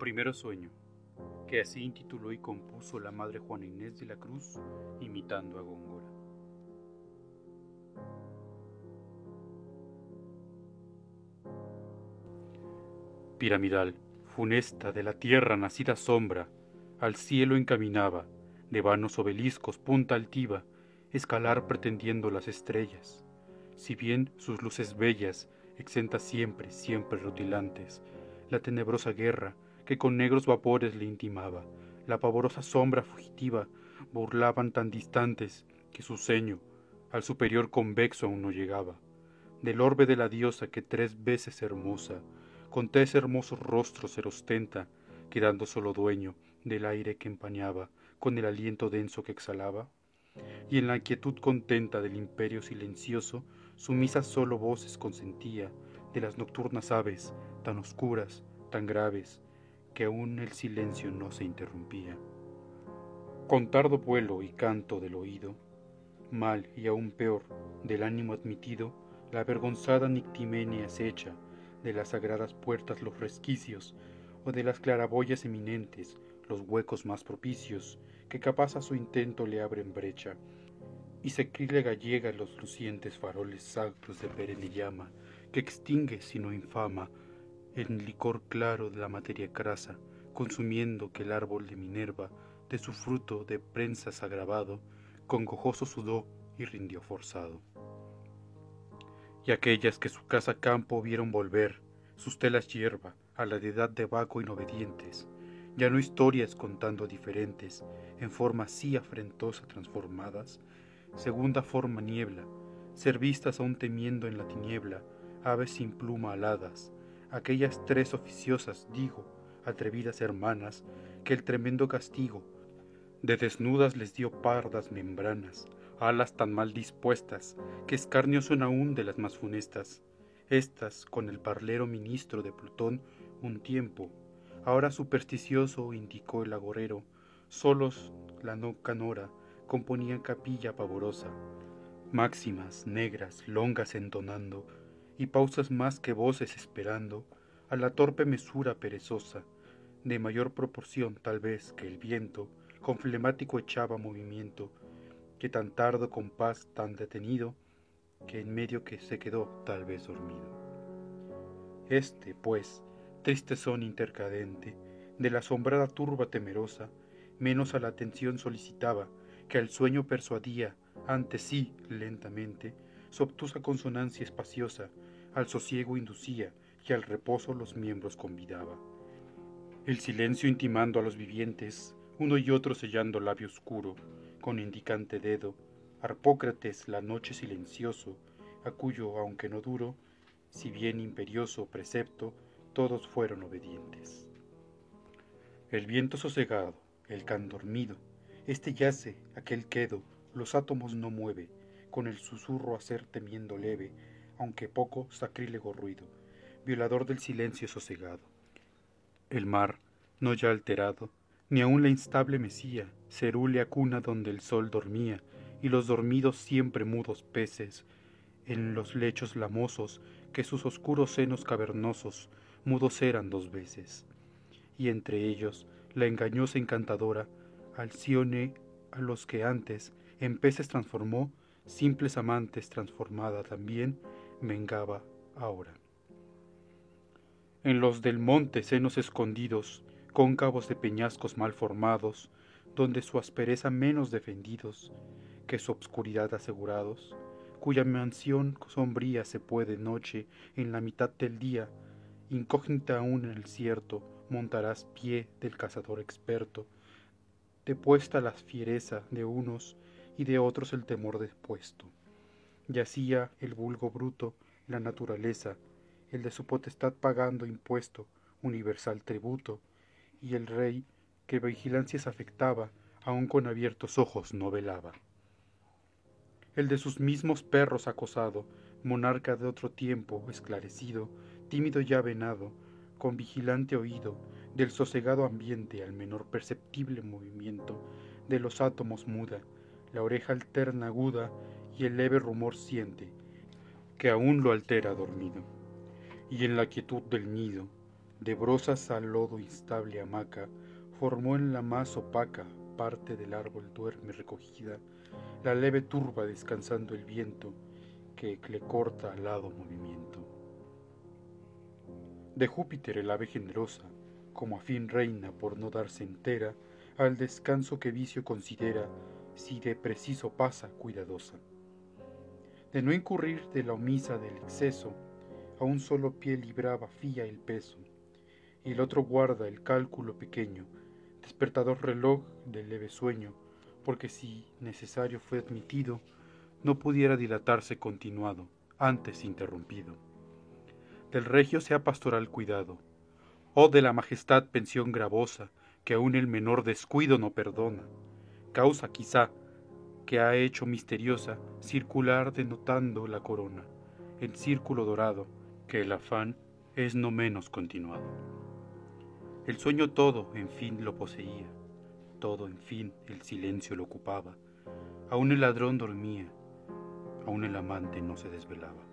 Primero sueño, que así intituló y compuso la madre Juana Inés de la Cruz, imitando a Góngora. Piramidal, funesta, de la tierra nacida sombra, al cielo encaminaba, de vanos obeliscos punta altiva, escalar pretendiendo las estrellas. Si bien sus luces bellas, exentas siempre, siempre rutilantes, la tenebrosa guerra que con negros vapores le intimaba, la pavorosa sombra fugitiva, burlaban tan distantes que su ceño al superior convexo aún no llegaba. Del orbe de la diosa que 3 veces hermosa, con 3 hermosos rostros se ostenta, quedando solo dueño del aire que empañaba, con el aliento denso que exhalaba, y en la quietud contenta del imperio silencioso, sumisa solo voces consentía de las nocturnas aves, tan oscuras, tan graves, que aún el silencio no se interrumpía. Con tardo vuelo y canto del oído, mal y aún peor, del ánimo admitido, la avergonzada Nictimene acecha de las sagradas puertas los resquicios, o de las claraboyas eminentes los huecos más propicios, que capaz a su intento le abren brecha, y sacrílega llega los lucientes faroles sacros de perenne llama, que extingue sino infama en licor claro de la materia crasa, consumiendo que el árbol de Minerva de su fruto de prensas agravado, con gojoso sudó y rindió forzado. Y aquellas que su casa campo vieron volver, sus telas hierba, a la edad de vago inobedientes, ya no historias contando diferentes, en forma así afrentosa transformadas, segunda forma niebla, ser vistas aún temiendo en la tiniebla, aves sin pluma aladas, aquellas 3 oficiosas, digo, atrevidas hermanas, que el tremendo castigo de desnudas les dio pardas membranas, alas tan mal dispuestas, que escarnios son aún de las más funestas. Estas, con el parlero ministro de Plutón, un tiempo, ahora supersticioso indicó el agorero, solos la no canora, componían capilla pavorosa, máximas, negras, longas entonando, y pausas más que voces esperando, a la torpe mesura perezosa, de mayor proporción tal vez que el viento, con flemático echaba movimiento, que tan tardo compás tan detenido, que en medio que se quedó tal vez dormido. Este, pues, triste son intercadente, de la asombrada turba temerosa, menos a la atención solicitaba, que al sueño persuadía, ante sí, lentamente, su obtusa consonancia espaciosa, al sosiego inducía, y al reposo los miembros convidaba. El silencio intimando a los vivientes, uno y otro sellando labio oscuro, con indicante dedo, Harpócrates la noche silencioso, a cuyo, aunque no duro, si bien imperioso precepto, todos fueron obedientes. El viento sosegado, el can dormido, este yace, aquel quedo, los átomos no mueve, con el susurro hacer temiendo leve, aunque poco sacrílego ruido, violador del silencio sosegado. El mar, no ya alterado, ni aun la instable mesía, cerúlea cuna donde el sol dormía, y los dormidos siempre mudos peces, en los lechos lamosos, que sus oscuros senos cavernosos, mudos eran 2 veces. Y entre ellos, la engañosa encantadora, Alcione a los que antes en peces transformó, simples amantes transformada también, vengaba ahora. En los del monte senos escondidos, cóncavos de peñascos mal formados, donde su aspereza menos defendidos, que su obscuridad asegurados, cuya mansión sombría se puede noche en la mitad del día, incógnita aún en el cierto, montarás pie del cazador experto, depuesta la fiereza de unos y de otros el temor depuesto. Yacía el vulgo bruto, la naturaleza, el de su potestad pagando impuesto, universal tributo, y el rey, que vigilancias afectaba, aun con abiertos ojos no velaba. El de sus mismos perros acosado, monarca de otro tiempo, esclarecido, tímido ya venado, con vigilante oído, del sosegado ambiente al menor perceptible movimiento, de los átomos muda, la oreja alterna aguda, y el leve rumor siente, que aún lo altera dormido. Y en la quietud del nido, De brozas al lodo instable hamaca, formó en la más opaca parte del árbol duerme recogida, la leve turba descansando el viento, que le corta alado movimiento. De Júpiter el ave generosa, como a fin reina por no darse entera al descanso que vicio considera, si de preciso pasa cuidadosa. De no incurrir de la omisa del exceso, a un solo pie libraba fía el peso, y el otro guarda el cálculo pequeño, despertador reloj del leve sueño, porque si necesario fue admitido, no pudiera dilatarse continuado, antes interrumpido. Del regio sea pastoral cuidado, oh de la majestad pensión gravosa, que aún el menor descuido no perdona, causa quizá que ha hecho misteriosa circular denotando la corona, en círculo dorado, que el afán es no menos continuado. El sueño todo, en fin, lo poseía, todo, en fin, el silencio lo ocupaba, aún el ladrón dormía, aún el amante no se desvelaba.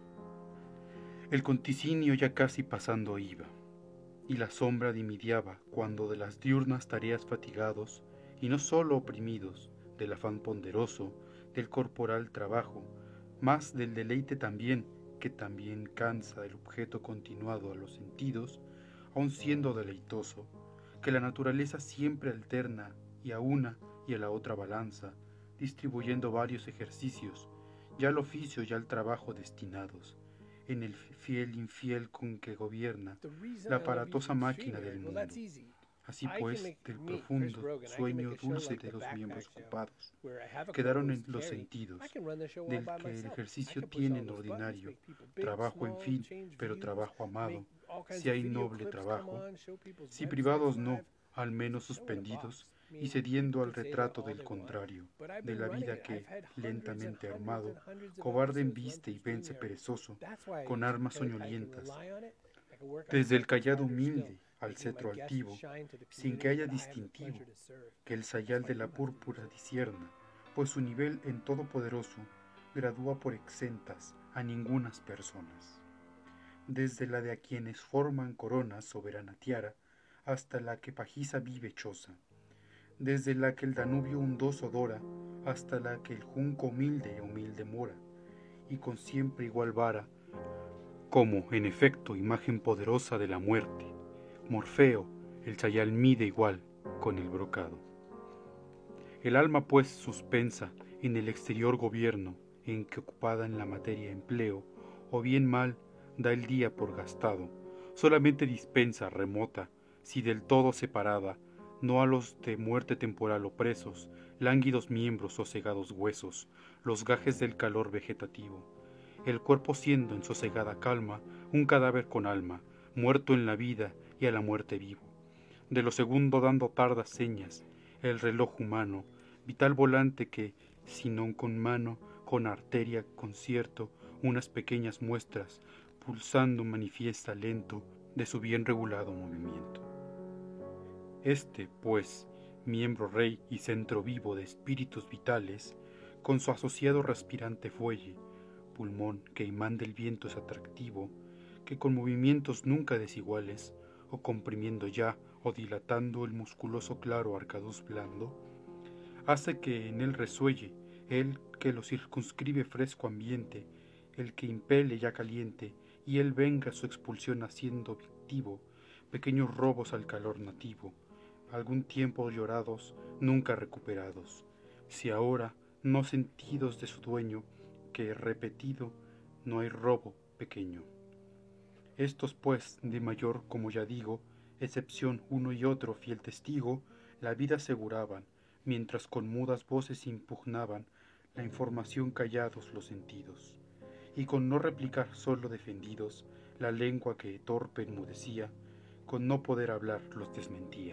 El conticinio ya casi pasando iba, y la sombra dimidiaba cuando de las diurnas tareas fatigados, y no sólo oprimidos, del afán ponderoso, del corporal trabajo, más del deleite también, que también cansa el objeto continuado a los sentidos, aun siendo deleitoso, que la naturaleza siempre alterna y a una y a la otra balanza, distribuyendo varios ejercicios, ya al oficio y al trabajo destinados, en el fiel infiel con que gobierna la aparatosa máquina del mundo. Así pues, del profundo sueño dulce de los miembros ocupados, quedaron en los sentidos, del que el ejercicio tiene en ordinario, trabajo en fin, pero trabajo amado, si hay noble trabajo, si privados no, al menos suspendidos, y cediendo al retrato del contrario, de la vida que, lentamente armado, cobarde embiste y vence perezoso, con armas soñolientas, desde el cayado humilde al cetro altivo, sin que haya distintivo, que el sayal de la púrpura discierna, pues su nivel en todopoderoso gradúa por exentas a ningunas personas. Desde la de a quienes forman coronas soberana tiara, hasta la que pajiza vive choza, desde la que el Danubio hundoso dora, hasta la que el junco humilde mora, y con siempre igual vara, como, en efecto, imagen poderosa de la muerte, Morfeo, el sayal mide igual con el brocado. El alma, pues, suspensa en el exterior gobierno, en que ocupada en la materia empleo, o bien mal, da el día por gastado, solamente dispensa, remota, si del todo separada, no a los de muerte temporal opresos, lánguidos miembros, sosegados huesos, los gajes del calor vegetativo, el cuerpo siendo en sosegada calma un cadáver con alma, muerto en la vida y a la muerte vivo, de lo segundo dando tardas señas, el reloj humano, vital volante que, si non con mano, con arteria concierto, unas pequeñas muestras, pulsando manifiesta lento de su bien regulado movimiento. Este, pues, miembro rey y centro vivo de espíritus vitales, con su asociado respirante fuelle, pulmón que imán del viento es atractivo, que con movimientos nunca desiguales, o comprimiendo ya o dilatando el musculoso claro arcaduz blando, hace que en él resuelle, el que lo circunscribe fresco ambiente, el que impele ya caliente, y él venga su expulsión haciendo victivo, pequeños robos al calor nativo, algún tiempo llorados, nunca recuperados, si ahora, no sentidos de su dueño, que repetido, no hay robo pequeño. Estos pues, de mayor, como ya digo, excepción uno y otro fiel testigo, la vida aseguraban, mientras con mudas voces impugnaban la información callados los sentidos, y con no replicar solo defendidos, la lengua que torpe enmudecía, con no poder hablar los desmentía.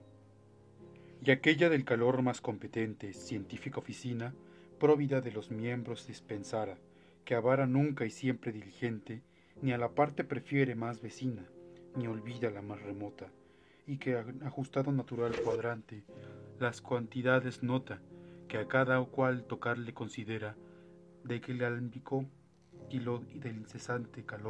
Y aquella del calor más competente, científica oficina, próvida de los miembros dispensara, que avara nunca y siempre diligente, ni a la parte prefiere más vecina, ni olvida la más remota, y que ajustado natural cuadrante, las cantidades nota, que a cada cual tocarle considera, de que el alámbico y lo del incesante calor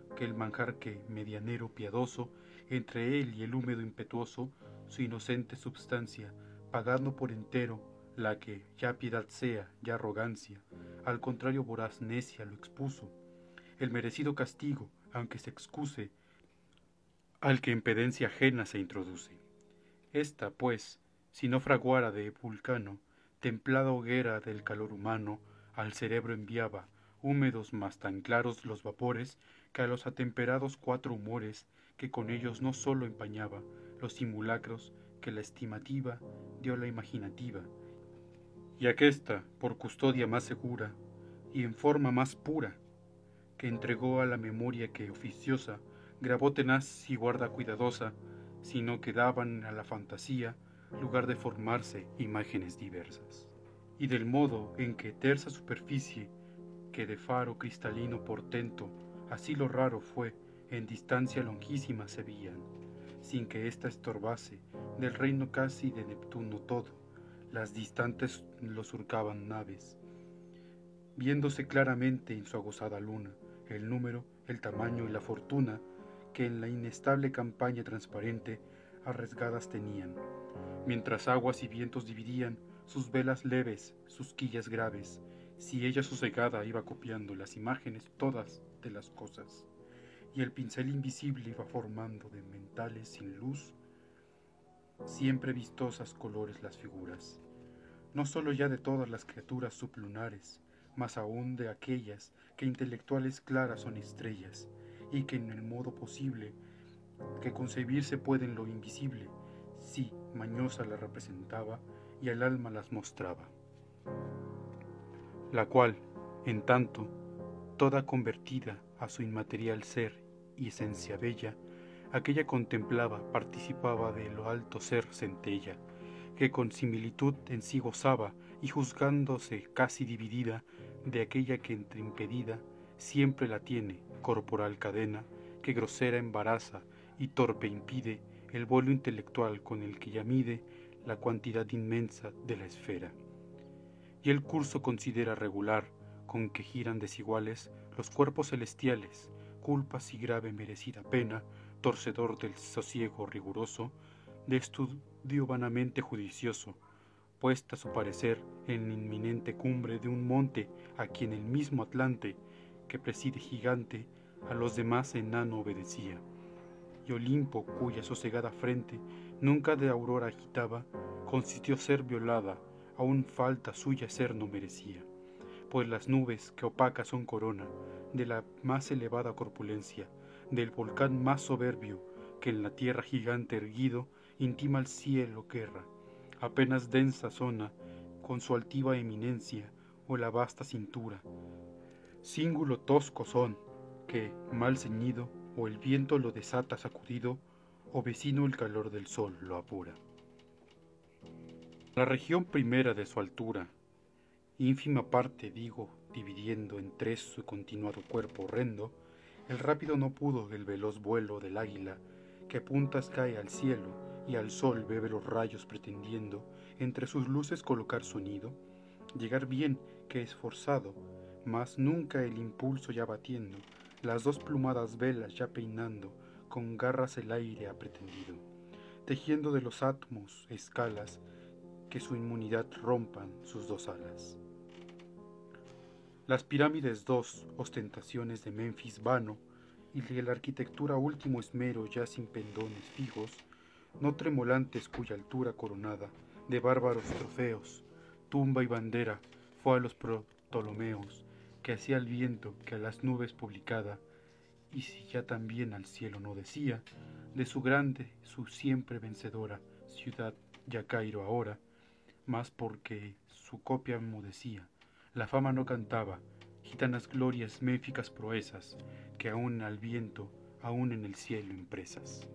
que el manjar que, medianero piadoso, entre él y el húmedo impetuoso, su inocente substancia, pagando por entero, la que, ya piedad sea, ya arrogancia, al contrario voraz necia lo expuso, el merecido castigo, aunque se excuse, al que en pedencia ajena se introduce. Esta, pues, si no fraguara de Vulcano, templada hoguera del calor humano, al cerebro enviaba, húmedos mas tan claros los vapores, que a los atemperados cuatro humores, que con ellos no sólo empañaba los simulacros que la estimativa dio la imaginativa, y aquesta, por custodia más segura, y en forma más pura, que entregó a la memoria que oficiosa, grabó tenaz y guarda cuidadosa, sino que daban a la fantasía lugar de formarse imágenes diversas. Y del modo en que tersa superficie, que de faro cristalino portento, así lo raro fue, en distancia longísima se veían, sin que ésta estorbase, del reino casi de Neptuno todo, las distantes lo surcaban naves, viéndose claramente en su aguzada luna, el número, el tamaño y la fortuna que en la inestable campaña transparente arriesgadas tenían, mientras aguas y vientos dividían sus velas leves, sus quillas graves, si ella sosegada iba copiando las imágenes todas de las cosas, y el pincel invisible iba formando de mentales sin luz, siempre vistosas colores las figuras, no sólo ya de todas las criaturas sublunares, mas aún de aquellas que intelectuales claras son estrellas, y que en el modo posible que concebirse pueden lo invisible, sí, mañosa la representaba y al alma las mostraba, la cual, en tanto, toda convertida a su inmaterial ser y esencia bella, aquella contemplaba, participaba de lo alto ser centella, que con similitud en sí gozaba, y juzgándose casi dividida de aquella que entre impedida siempre la tiene, corporal cadena, que grosera embaraza y torpe impide el vuelo intelectual con el que ya mide la cuantidad inmensa de la esfera. Y el curso considera regular, con que giran desiguales los cuerpos celestiales, culpas y grave merecida pena, torcedor del sosiego riguroso, de estudio vanamente judicioso, puesta a su parecer en la inminente cumbre de un monte a quien el mismo Atlante, que preside gigante, a los demás enano obedecía, y Olimpo, cuya sosegada frente nunca de aurora agitaba, consintió ser violada, aún falta suya ser no merecía, pues las nubes que opacas son corona de la más elevada corpulencia, del volcán más soberbio que en la tierra gigante erguido intima al cielo guerra, apenas densa zona con su altiva eminencia o la vasta cintura, cíngulo tosco son, que, mal ceñido, o el viento lo desata sacudido, o vecino el calor del sol lo apura. La región primera de su altura, ínfima parte, digo, dividiendo en tres su continuado cuerpo horrendo, el rápido no pudo del veloz vuelo del águila, que a puntas cae al cielo y al sol bebe los rayos pretendiendo entre sus luces colocar su nido, llegar bien que esforzado, mas nunca el impulso ya batiendo, las dos plumadas velas ya peinando, con garras el aire ha pretendido, tejiendo de los átomos escalas que su inmunidad rompan sus dos alas. Las pirámides dos, ostentaciones de Menfis vano, y de la arquitectura último esmero ya sin pendones fijos, no tremolantes cuya altura coronada de bárbaros trofeos, tumba y bandera, fue a los Ptolomeos, que hacía el viento que a las nubes publicada, y si ya también al cielo no decía, de su grande, su siempre vencedora ciudad, ya Cairo ahora, mas porque su copia enmudecía, la fama no cantaba, gitanas glorias, méficas proezas, que aún al viento, aún en el cielo impresas.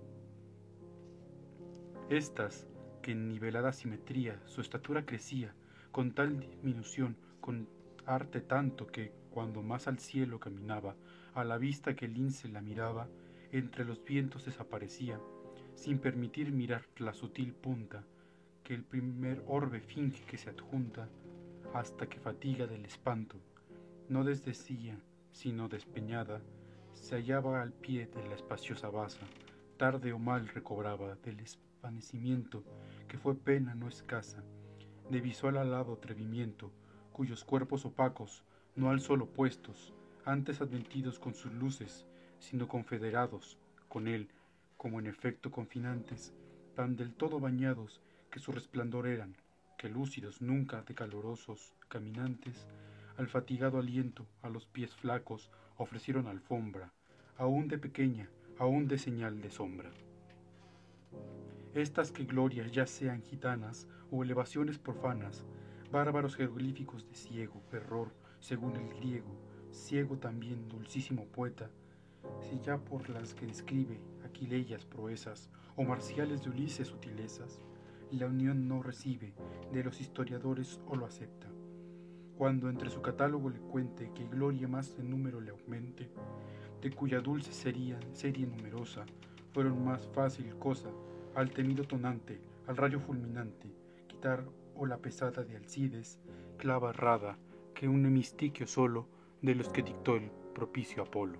Estas, que en nivelada simetría su estatura crecía, con tal diminución, con arte tanto que, cuando más al cielo caminaba, a la vista que el lince la miraba, entre los vientos desaparecía, sin permitir mirar la sutil punta, que el primer orbe finge que se adjunta, hasta que fatiga del espanto, no desdecía, sino despeñada, Se hallaba al pie de la espaciosa basa, tarde o mal recobraba del desvanecimiento que fue pena no escasa, de visual alado atrevimiento, cuyos cuerpos opacos, no al sol opuestos, antes adventidos con sus luces, sino confederados con él, como en efecto confinantes, tan del todo bañados que su resplandor eran, que lúcidos nunca de calorosos caminantes, al fatigado aliento, a los pies flacos, ofrecieron alfombra, aún de pequeña, aún de señal de sombra. Estas que glorias ya sean gitanas o elevaciones profanas, bárbaros jeroglíficos de ciego, error, según el griego, ciego también, dulcísimo poeta, si ya por las que describe Aquileyas proezas o marciales de Ulises sutilezas, la unión no recibe de los historiadores o lo acepta. Cuando entre su catálogo le cuente que gloria más en número le aumente, de cuya dulce serie numerosa fueron más fácil cosa al temido tonante, al rayo fulminante, quitar o la pesada de Alcides, clava errada, que un hemistiquio solo de los que dictó el propicio Apolo.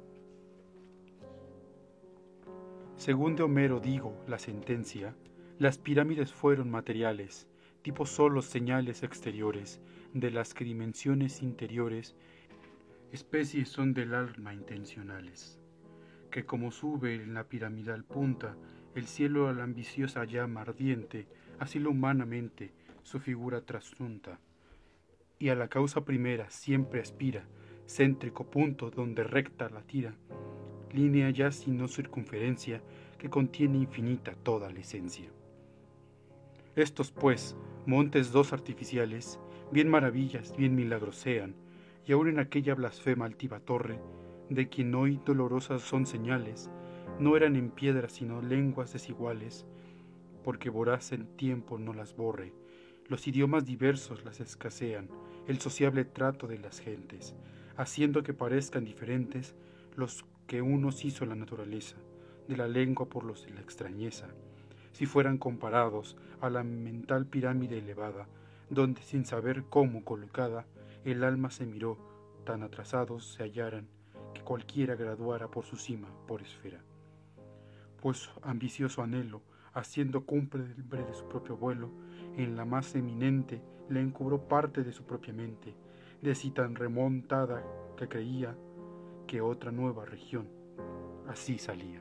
Según de Homero digo la sentencia, las pirámides fueron materiales, tipo solos señales exteriores, de las que dimensiones interiores, especies son del alma intencionales, que como sube en la piramidal punta el cielo a la ambiciosa llama ardiente, así lo humanamente su figura trasunta, y a la causa primera siempre aspira, céntrico punto donde recta la tira, línea ya sino circunferencia que contiene infinita toda la esencia. Estos pues, montes dos artificiales, bien maravillas, bien milagros sean, y aun en aquella blasfema altiva torre, de quien hoy dolorosas son señales, no eran en piedra sino lenguas desiguales, porque voraz el tiempo no las borre, los idiomas diversos las escasean, el sociable trato de las gentes, haciendo que parezcan diferentes los que unos hizo la naturaleza, de la lengua por los de la extrañeza, si fueran comparados a la mental pirámide elevada, donde sin saber cómo colocada, el alma se miró, tan atrasados se hallaran, que cualquiera graduara por su cima, por esfera. Pues ambicioso anhelo, haciendo cumbre de su propio vuelo, en la más eminente le encubró parte de su propia mente, de sí tan remontada que creía que otra nueva región así salía,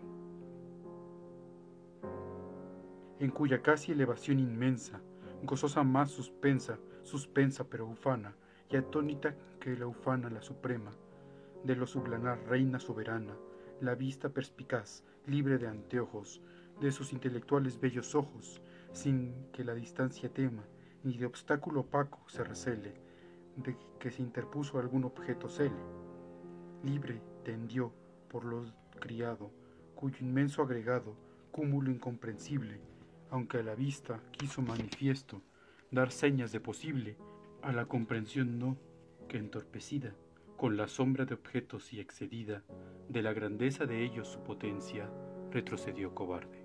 en cuya casi elevación inmensa, gozosa más suspensa pero ufana, y atónita que la ufana la suprema, de lo sublanar reina soberana, la vista perspicaz, libre de anteojos, de sus intelectuales bellos ojos, sin que la distancia tema, ni de obstáculo opaco se recele, de que se interpuso algún objeto cele. Libre tendió por lo criado, cuyo inmenso agregado, cúmulo incomprensible, aunque a la vista quiso manifiesto dar señas de posible, a la comprensión no, que entorpecida, con la sombra de objetos y excedida de la grandeza de ellos su potencia, retrocedió cobarde.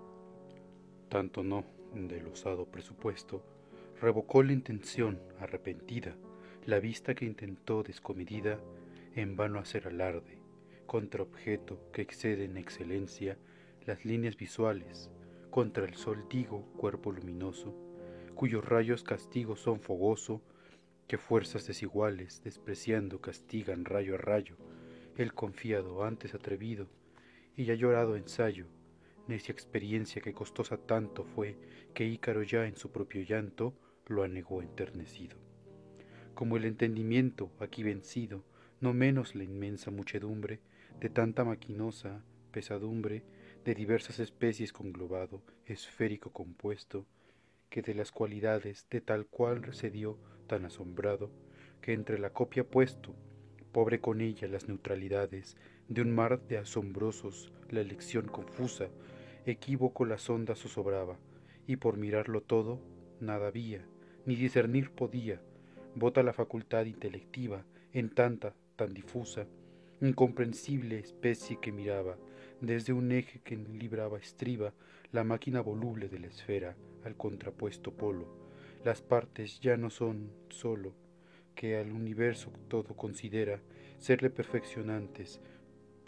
Tanto no, del osado presupuesto, revocó la intención arrepentida, la vista que intentó descomedida, en vano hacer alarde, contra objeto que excede en excelencia las líneas visuales, contra el sol digo cuerpo luminoso, cuyos rayos castigos son fogoso, que fuerzas desiguales, despreciando, castigan rayo a rayo, el confiado antes atrevido, y ya llorado ensayo, necia experiencia que costosa tanto fue, que Ícaro ya en su propio llanto lo anegó enternecido. Como el entendimiento aquí vencido, no menos la inmensa muchedumbre de tanta maquinosa pesadumbre, de diversas especies conglobado, esférico compuesto, que de las cualidades de tal cual se dio tan asombrado, que entre la copia puesto, pobre con ella las neutralidades, de un mar de asombrosos la elección confusa, equívoco las ondas zozobraba, y por mirarlo todo, nada había, ni discernir podía, bota la facultad intelectiva, en tanta, tan difusa, incomprensible especie que miraba, desde un eje que libraba estriba la máquina voluble de la esfera al contrapuesto polo. Las partes ya no son sólo que al universo todo considera serle perfeccionantes,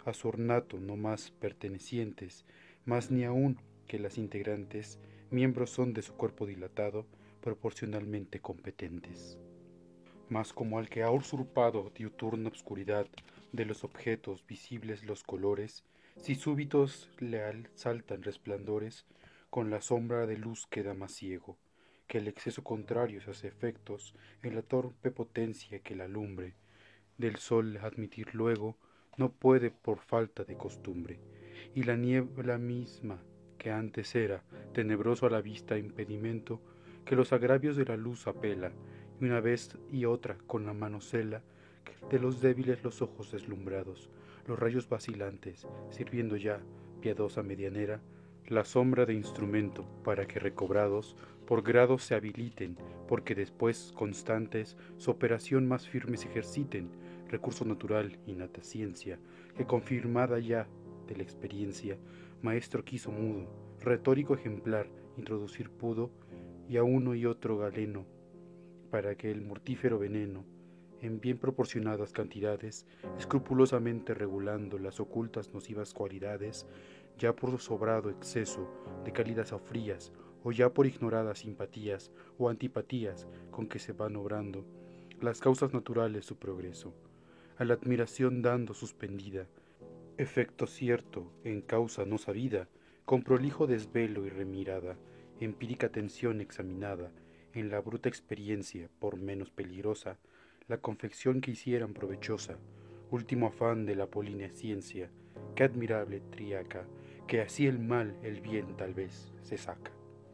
a su ornato no más pertenecientes, más ni aun que las integrantes, miembros son de su cuerpo dilatado, proporcionalmente competentes. Mas como al que ha usurpado diuturna obscuridad de los objetos visibles los colores, si súbitos le saltan resplandores, con la sombra de luz queda más ciego, que el exceso contrario se hace efectos en la torpe potencia que la lumbre del sol admitir luego no puede por falta de costumbre, y la niebla misma que antes era tenebroso a la vista impedimento, que los agravios de la luz apela, y una vez y otra con la mano cela, de los débiles los ojos deslumbrados, los rayos vacilantes, sirviendo ya, piadosa medianera, la sombra de instrumento, para que recobrados, por grados se habiliten, porque después, constantes, su operación más firmes ejerciten, recurso natural, innata ciencia, que confirmada ya de la experiencia, maestro quiso mudo, retórico ejemplar, introducir pudo, y a uno y otro galeno, para que el mortífero veneno, en bien proporcionadas cantidades, escrupulosamente regulando las ocultas nocivas cualidades, ya por sobrado exceso de cálidas o frías, o ya por ignoradas simpatías o antipatías con que se van obrando las causas naturales de su progreso, a la admiración dando suspendida, efecto cierto en causa no sabida, con prolijo desvelo y remirada, empírica atención examinada, en la bruta experiencia, por menos peligrosa, la confección que hicieran provechosa, último afán de la polinesciencia, qué admirable triaca, que así el mal, el bien tal vez, se saca.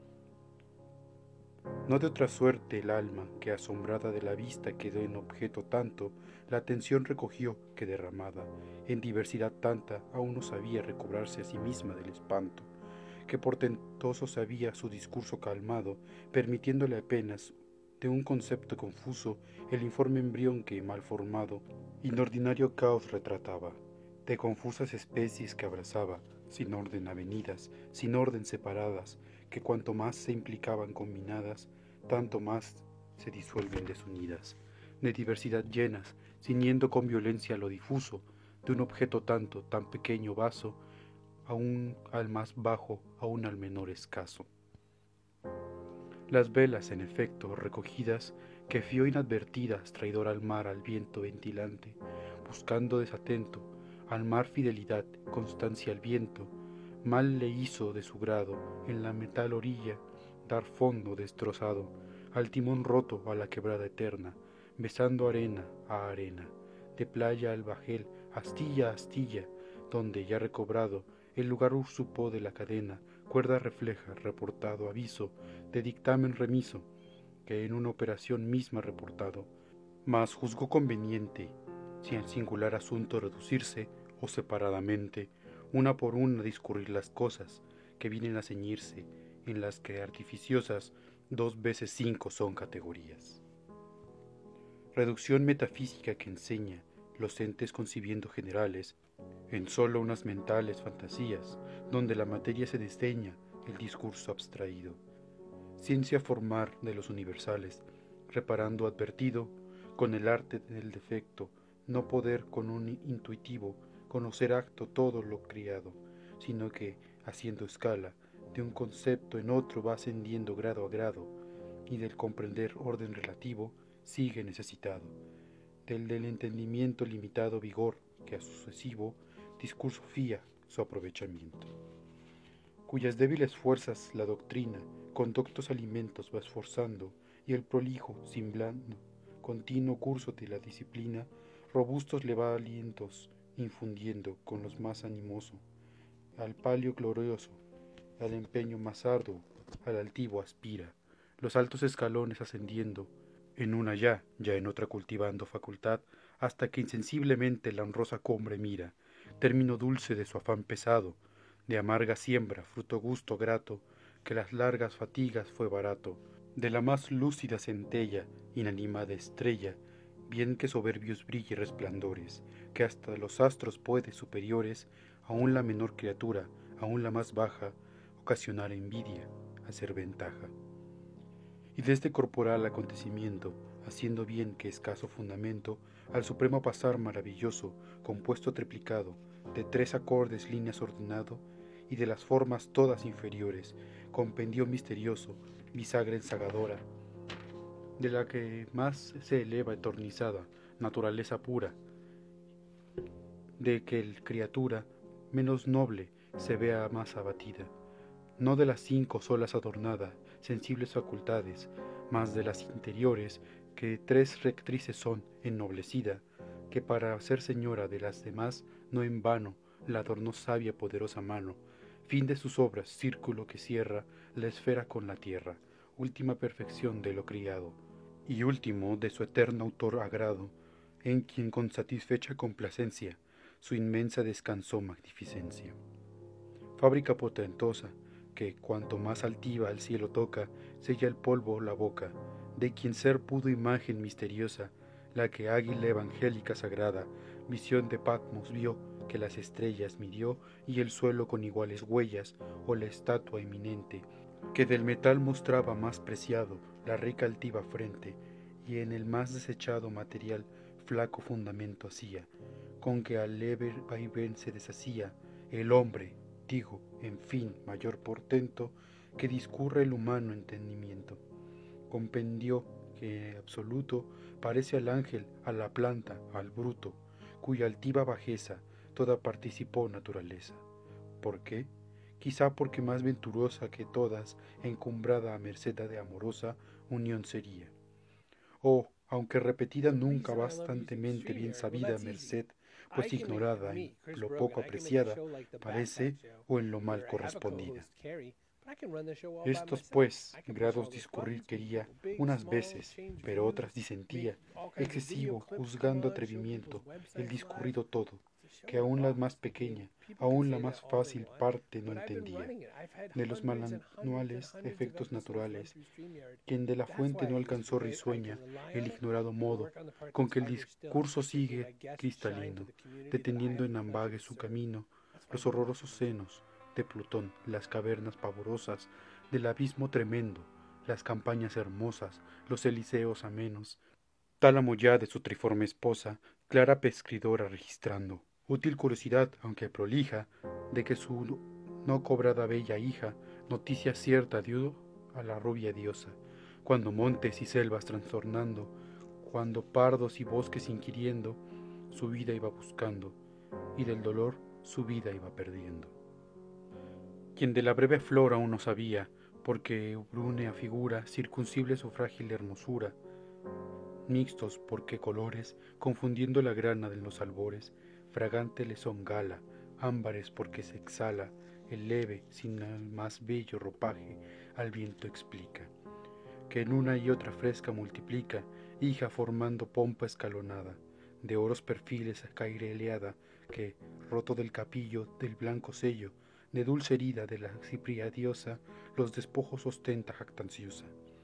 No de otra suerte el alma, que asombrada de la vista quedó en objeto tanto, la atención recogió que derramada en diversidad tanta aún no sabía recobrarse a sí misma del espanto, que portentoso sabía su discurso calmado, permitiéndole apenas de un concepto confuso el informe embrión que, mal formado, inordinario caos retrataba, de confusas especies que abrazaba, sin orden avenidas, sin orden separadas, que cuanto más se implicaban combinadas, tanto más se disuelven desunidas, de diversidad llenas, ciñendo con violencia lo difuso, de un objeto tanto, tan pequeño vaso, aún al más bajo, aún al menor escaso. Las velas, en efecto, recogidas, que fió inadvertidas, traidor al mar, al viento ventilante, buscando desatento, al mar fidelidad, constancia al viento, mal le hizo de su grado, en la metal orilla, dar fondo destrozado, al timón roto, a la quebrada eterna, besando arena a arena, de playa al bajel, astilla a astilla, donde, ya recobrado, el lugar usurpó de la cadena, cuerda refleja, reportado aviso, de dictamen remiso, que en una operación misma reportado, mas juzgó conveniente, si en singular asunto reducirse, o separadamente, una por una discurrir las cosas, que vienen a ceñirse, en las que artificiosas 2 veces 5 son categorías. Reducción metafísica que enseña los entes concibiendo generales en sólo unas mentales fantasías, donde la materia se desdeña, el discurso abstraído. Ciencia formar de los universales, reparando advertido, con el arte del defecto, no poder con un intuitivo conocer acto todo lo criado, sino que, haciendo escala, de un concepto en otro va ascendiendo grado a grado, y del comprender orden relativo sigue necesitado, del entendimiento limitado vigor que a sucesivo discurso fía su aprovechamiento, cuyas débiles fuerzas la doctrina con doctos alimentos va esforzando, y el prolijo, sin blando, continuo curso de la disciplina, robustos le va alientos infundiendo con los más animoso, al palio glorioso, al empeño más arduo, al altivo aspira, los altos escalones ascendiendo, en una ya en otra cultivando facultad, hasta que insensiblemente la honrosa cumbre mira, término dulce de su afán pesado, de amarga siembra, fruto gusto grato, que las largas fatigas fue barato, de la más lúcida centella, inanimada estrella, bien que soberbios brille resplandores, que hasta los astros puede superiores, aun la menor criatura, aun la más baja, ocasionar envidia, hacer ventaja. Y de este corporal acontecimiento, haciendo bien que escaso fundamento, al supremo pasar maravilloso, compuesto triplicado, de 3 acordes líneas ordenado, y de las formas todas inferiores, compendio misterioso, bisagra ensagadora, de la que más se eleva etornizada, naturaleza pura, de que el criatura menos noble se vea más abatida, no de las 5 solas adornada, sensibles facultades, mas de las interiores, que 3 rectrices son, ennoblecida, que para ser señora de las demás, no en vano, la adornó sabia poderosa mano, fin de sus obras, círculo que cierra la esfera con la tierra, última perfección de lo criado, y último de su eterno autor agrado, en quien con satisfecha complacencia su inmensa descansó magnificencia. Fábrica portentosa, que cuanto más altiva al cielo toca, sella el polvo la boca, de quien ser pudo imagen misteriosa, la que águila evangélica sagrada, visión de Patmos vio, que las estrellas midió y el suelo con iguales huellas, o la estatua eminente, que del metal mostraba más preciado la rica altiva frente, y en el más desechado material flaco fundamento hacía, con que al leve vaivén se deshacía el hombre, digo, en fin, mayor portento que discurre el humano entendimiento. Compendió que absoluto parece al ángel, a la planta, al bruto, cuya altiva bajeza toda participó naturaleza. ¿Por qué? Quizá porque más venturosa que todas, encumbrada a merced de amorosa unión sería. O, aunque repetida nunca bastantemente bien sabida merced, pues ignorada en lo poco apreciada, parece o en lo mal correspondida. Estos, pues, grados discurrir quería, unas veces, pero otras disentía, excesivo, juzgando atrevimiento, el discurrido todo, que aún la más pequeña, aún la más fácil parte no entendía, de los manuales efectos naturales, quien de la fuente no alcanzó risueña el ignorado modo con que el discurso sigue cristalino, deteniendo en ambague su camino los horrorosos senos de Plutón, las cavernas pavorosas del abismo tremendo, las campañas hermosas, los eliseos amenos, tálamo ya de su triforme esposa, clara pescridora registrando, útil curiosidad, aunque prolija, de que su no cobrada bella hija noticia cierta dio a la rubia diosa, cuando montes y selvas trastornando, cuando pardos y bosques inquiriendo, su vida iba buscando, y del dolor su vida iba perdiendo. Quien de la breve flor aún no sabía, porque brúnea figura circuncible su frágil hermosura, mixtos porque colores, confundiendo la grana de los albores, fragante le son gala, ámbares porque se exhala, el leve, sin el más bello ropaje, al viento explica, que en una y otra fresca multiplica, hija formando pompa escalonada, de oros perfiles caireleada, que, roto del capillo, del blanco sello, de dulce herida de la cipria diosa, los despojos ostenta jactanciosa.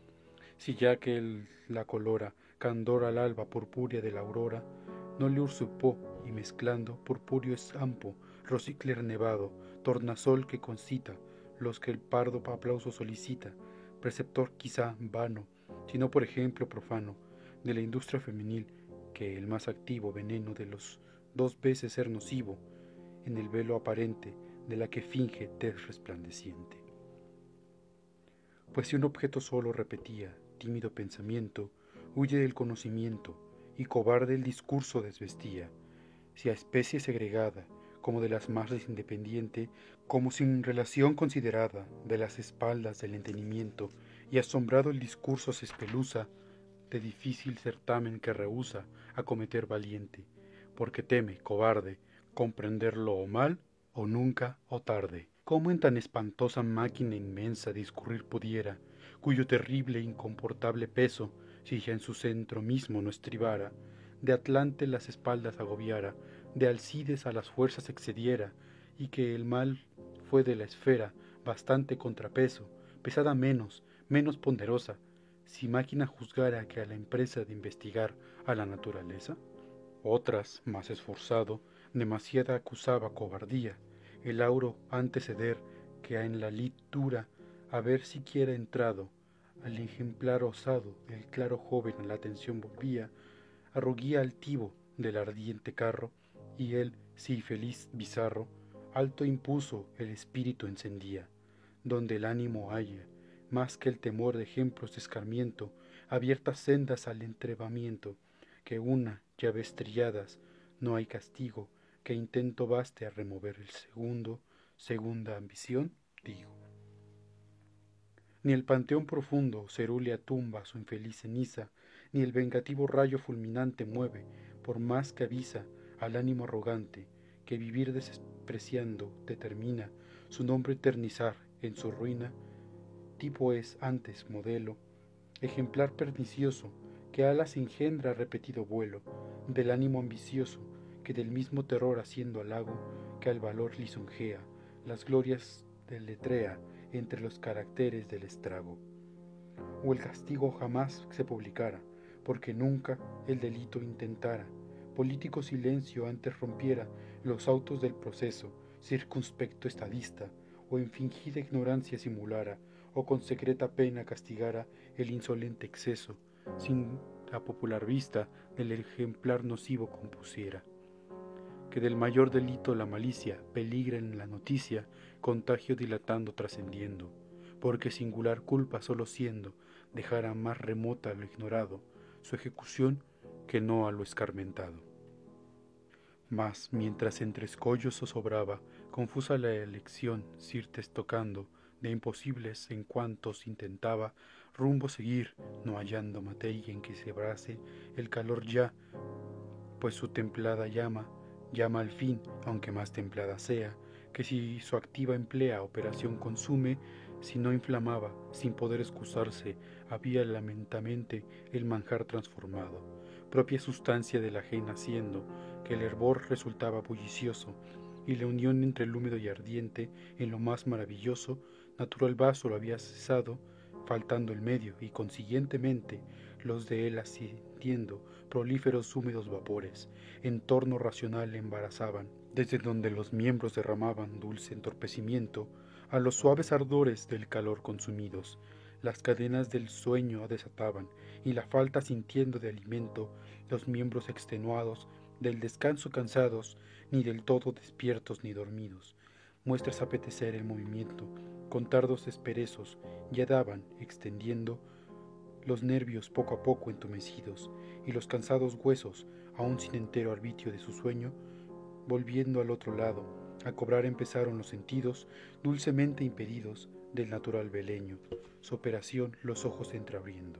Si ya que la colora, candor al alba purpúrea de la aurora, no le usurpó, y mezclando purpúreo estampo, rosicler nevado, tornasol que concita, los que el pardo aplauso solicita, preceptor quizá vano, sino por ejemplo profano, de la industria femenil, que el más activo veneno de los 2 veces ser nocivo, en el velo aparente de la que finge tez resplandeciente. Pues si un objeto solo repetía, tímido pensamiento, huye del conocimiento, y cobarde el discurso desvestía, si a especie segregada, como de las masas independiente, como sin relación considerada, de las espaldas del entendimiento, y asombrado el discurso se espeluza, de difícil certamen que rehúsa acometer valiente, porque teme, cobarde, comprenderlo o mal, o nunca, o tarde. ¿Cómo en tan espantosa máquina inmensa discurrir pudiera, cuyo terrible e incomportable peso, si ya en su centro mismo no estribara, de Atlante las espaldas agobiara, de Alcides a las fuerzas excediera, y que el mal fue de la esfera bastante contrapeso, pesada menos, menos ponderosa, si máquina juzgara que a la empresa de investigar a la naturaleza? Otras, más esforzado, demasiada acusaba cobardía, el auro anteceder que en la lid dura haber siquiera entrado, al ejemplar osado el claro joven a la atención volvía, arruguía altivo del ardiente carro, y él, sí feliz bizarro, alto impulso el espíritu encendía, donde el ánimo halla, más que el temor de ejemplos de escarmiento, abiertas sendas al entrevamiento, que una ya ves trilladas, no hay castigo, que intento baste a remover el segunda ambición, digo. Ni el panteón profundo, cerúlea tumba su infeliz ceniza, ni el vengativo rayo fulminante mueve, por más que avisa al ánimo arrogante, que vivir despreciando determina, su nombre eternizar en su ruina, tipo es antes modelo, ejemplar pernicioso, que alas engendra repetido vuelo, del ánimo ambicioso, que del mismo terror haciendo halago, que al valor lisonjea, las glorias deletrea entre los caracteres del estrago. O el castigo jamás se publicara, porque nunca el delito intentara, político silencio antes rompiera los autos del proceso, circunspecto estadista, o en fingida ignorancia simulara, o con secreta pena castigara el insolente exceso, sin la popular vista del ejemplar nocivo compusiera. Que del mayor delito la malicia peligra en la noticia, contagio dilatando trascendiendo, porque singular culpa solo siendo, dejara más remota a lo ignorado, su ejecución que no a lo escarmentado. Mas, mientras entre escollos zozobraba, confusa la elección, Sirtes tocando, de imposibles en cuantos intentaba, rumbo seguir, no hallando materia en que se abrace el calor ya, pues su templada llama al fin, aunque más templada sea, que si su activa emplea operación consume, si no inflamaba, sin poder excusarse, había lamentamente el manjar transformado, propia sustancia de la ajena siendo, que el hervor resultaba bullicioso, y la unión entre el húmedo y ardiente, en lo más maravilloso, natural vaso lo había cesado, faltando el medio, y consiguientemente los de él ascendiendo, prolíferos húmedos vapores, en torno racional le embarazaban, desde donde los miembros derramaban dulce entorpecimiento a los suaves ardores del calor consumidos, las cadenas del sueño desataban, y la falta sintiendo de alimento, los miembros extenuados, del descanso cansados, ni del todo despiertos ni dormidos, muestras apetecer el movimiento, con tardos desperezos, ya daban, extendiendo, los nervios poco a poco entumecidos, y los cansados huesos, aún sin entero arbitrio de su sueño, volviendo al otro lado, a cobrar empezaron los sentidos, dulcemente impedidos del natural beleño, su operación los ojos entreabriendo.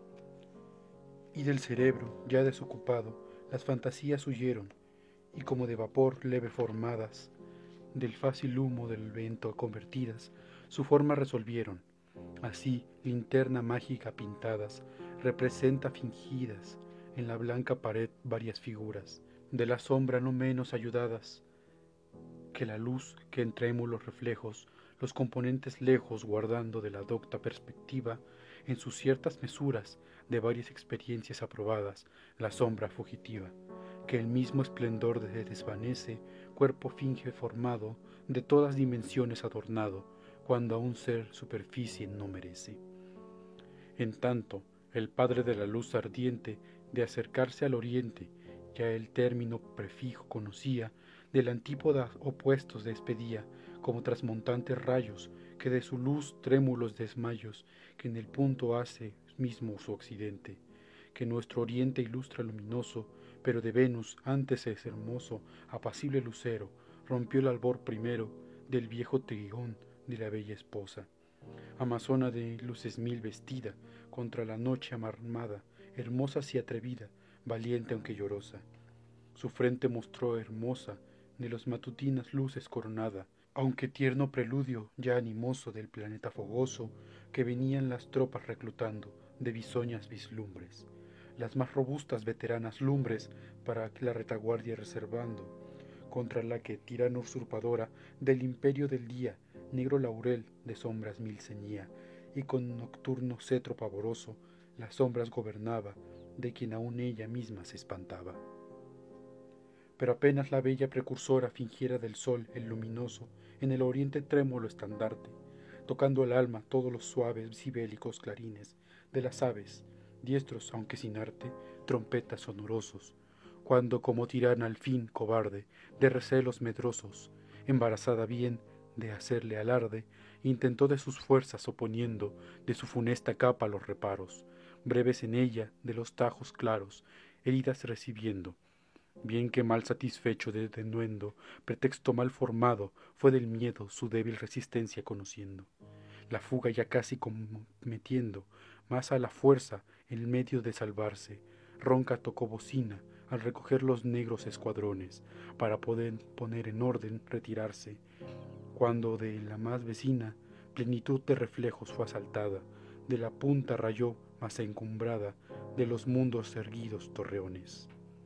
Y del cerebro, ya desocupado, las fantasías huyeron, y como de vapor leve formadas, del fácil humo del viento convertidas, su forma resolvieron. Así, linterna mágica pintadas, representa fingidas en la blanca pared varias figuras, de la sombra no menos ayudadas que la luz que en trémulos reflejos, los componentes lejos guardando de la docta perspectiva, en sus ciertas mesuras de varias experiencias aprobadas, la sombra fugitiva, que el mismo esplendor se desvanece, cuerpo finge formado, de todas dimensiones adornado, cuando a un ser superficie no merece. En tanto, el Padre de la luz ardiente, de acercarse al oriente, ya el término prefijo conocía, del antípoda opuestos despedía, como trasmontantes rayos, que de su luz trémulos desmayos, que en el punto hace mismo su occidente, que nuestro oriente ilustra luminoso, pero de Venus antes es hermoso, apacible lucero, rompió el albor primero del viejo trigón de la bella esposa. Amazona de luces mil vestida, contra la noche amarmada, hermosa y atrevida, valiente aunque llorosa. Su frente mostró hermosa, de los matutinas luces coronada, aunque tierno preludio ya animoso del planeta fogoso, que venían las tropas reclutando de bisoñas vislumbres, las más robustas veteranas lumbres para la retaguardia reservando, contra la que tirana usurpadora del imperio del día, negro laurel de sombras mil ceñía, y con nocturno cetro pavoroso las sombras gobernaba, de quien aún ella misma se espantaba. Pero apenas la bella precursora fingiera del sol el luminoso, en el oriente trémulo estandarte, tocando el alma todos los suaves y bélicos clarines de las aves, diestros aunque sin arte, trompetas sonorosos, cuando como tirana al fin cobarde, de recelos medrosos, embarazada bien de hacerle alarde, intentó de sus fuerzas oponiendo de su funesta capa los reparos, breves en ella de los tajos claros, heridas recibiendo, bien que mal satisfecho de denuendo, pretexto mal formado, fue del miedo su débil resistencia conociendo. La fuga ya casi cometiendo, más a la fuerza en medio de salvarse, ronca tocó bocina al recoger los negros escuadrones, para poder poner en orden retirarse, cuando de la más vecina plenitud de reflejos fue asaltada, de la punta rayó más encumbrada de los mundos erguidos torreones.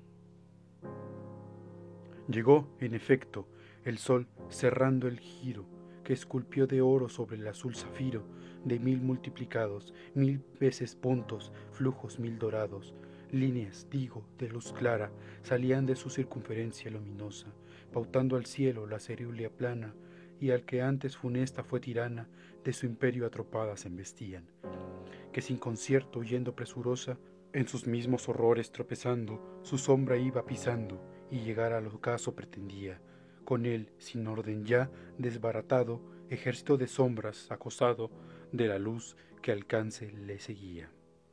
Llegó, en efecto, el sol cerrando el giro, que esculpió de oro sobre el azul zafiro, de mil multiplicados, mil veces puntos, flujos mil dorados, líneas, digo, de luz clara, salían de su circunferencia luminosa, pautando al cielo la cerúlea plana, y al que antes funesta fue tirana, de su imperio atropadas embestían, que sin concierto huyendo presurosa, en sus mismos horrores tropezando, su sombra iba pisando, y llegar al ocaso pretendía, con él, sin orden ya, desbaratado, ejército de sombras, acosado de la luz que alcance le seguía.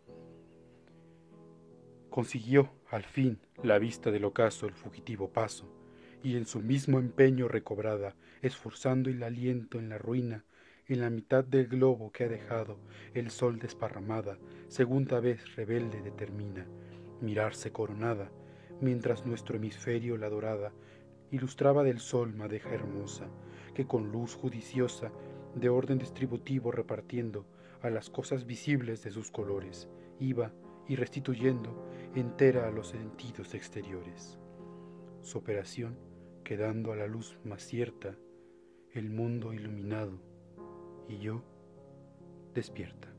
Consiguió, al fin, la vista del ocaso el fugitivo paso, y en su mismo empeño recobrada, esforzando el aliento en la ruina, en la mitad del globo que ha dejado el sol desparramada, segunda vez rebelde determina mirarse coronada, mientras nuestro hemisferio la dorada ilustraba del sol madeja hermosa, que con luz judiciosa de orden distributivo repartiendo a las cosas visibles de sus colores, iba y restituyendo entera a los sentidos exteriores. Su operación, quedando a la luz más cierta, el mundo iluminado, y yo despierta.